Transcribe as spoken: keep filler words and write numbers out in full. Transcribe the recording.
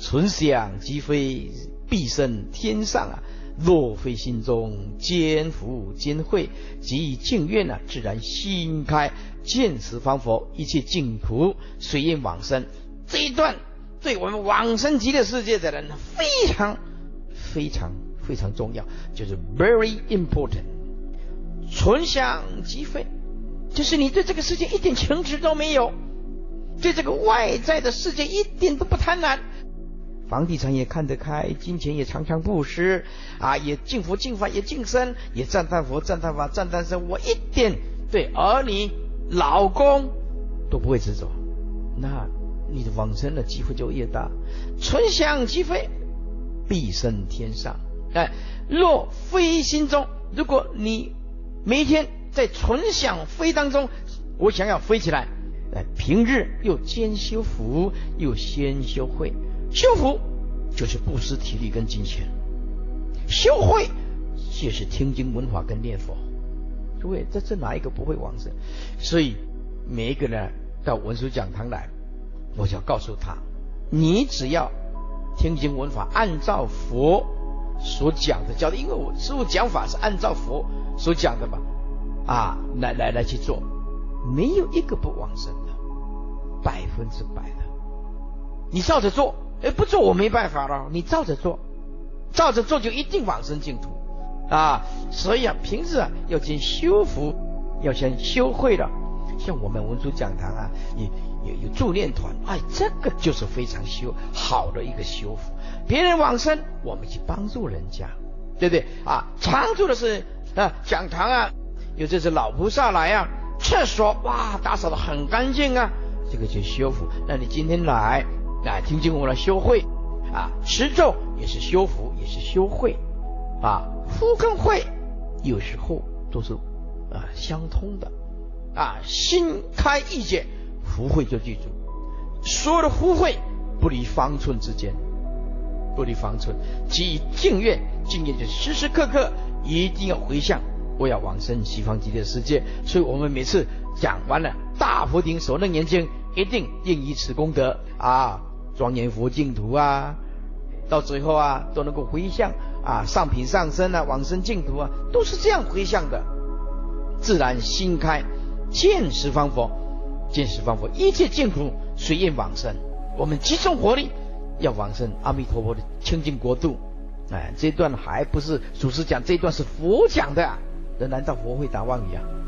存想即非，必生天上啊。若非心中坚福坚慧，即净愿啊，自然心开，见十方佛，一切净土，随因往生。这一段对我们往生极乐世界的人非常非常非常重要，就是 very important。存想即非，就是你对这个世界一点情执都没有，对这个外在的世界一点都不贪婪，房地产也看得开，金钱也常常布施啊，也敬佛敬法也敬僧，也赞叹佛赞叹法赞叹僧，我一点对儿女老公都不会执着，那你的往生的机会就越大。存想即非，必生天上。哎，若非心中，如果你每一天在存想非当中，我想要飞起来，哎，平日又兼修福，又先修慧。修福就是布施体力跟金钱，修慧就是听经闻法跟念佛。诸位，这这哪一个不会往生？所以每一个人到文殊讲堂来，我想告诉他，你只要听经闻法，按照佛所讲的教的，因为我师父讲法是按照佛所讲的嘛，啊，来来来去做，没有一个不往生的，百分之百的。你照着做，哎，不做我没办法了，你照着做，照着做就一定往生净土啊！所以啊，平时啊要先修福，要先修慧了。像我们文殊讲堂啊，也有有助念团，哎，这个就是非常修好的一个修福。别人往生，我们去帮助人家，对不对啊？常住的是啊，讲堂啊，有这些老菩萨来啊，厕所哇打扫得很干净啊，这个就修福。那你今天来来听经，我来修慧啊，持咒也是修福，也是修慧啊，福跟慧有时候都是啊相通的啊，心开意解，福慧就记住，所有的福慧不离方寸之间，不离方寸，即以净愿，净愿就时时刻刻一定要回向，我要往生西方极乐世界。所以我们每次讲完了大佛顶首楞严经，一定应以此功德啊，庄严佛净土啊，到最后啊都能够回向啊，上品上身啊，往生净土啊，都是这样回向的。自然心开，见十方佛，见十方佛，一切净土随愿往生。我们集中火力要往生阿弥陀佛的清净国度。哎，这段还不是祖师讲，这段是佛讲的啊，那难道佛会打妄语啊？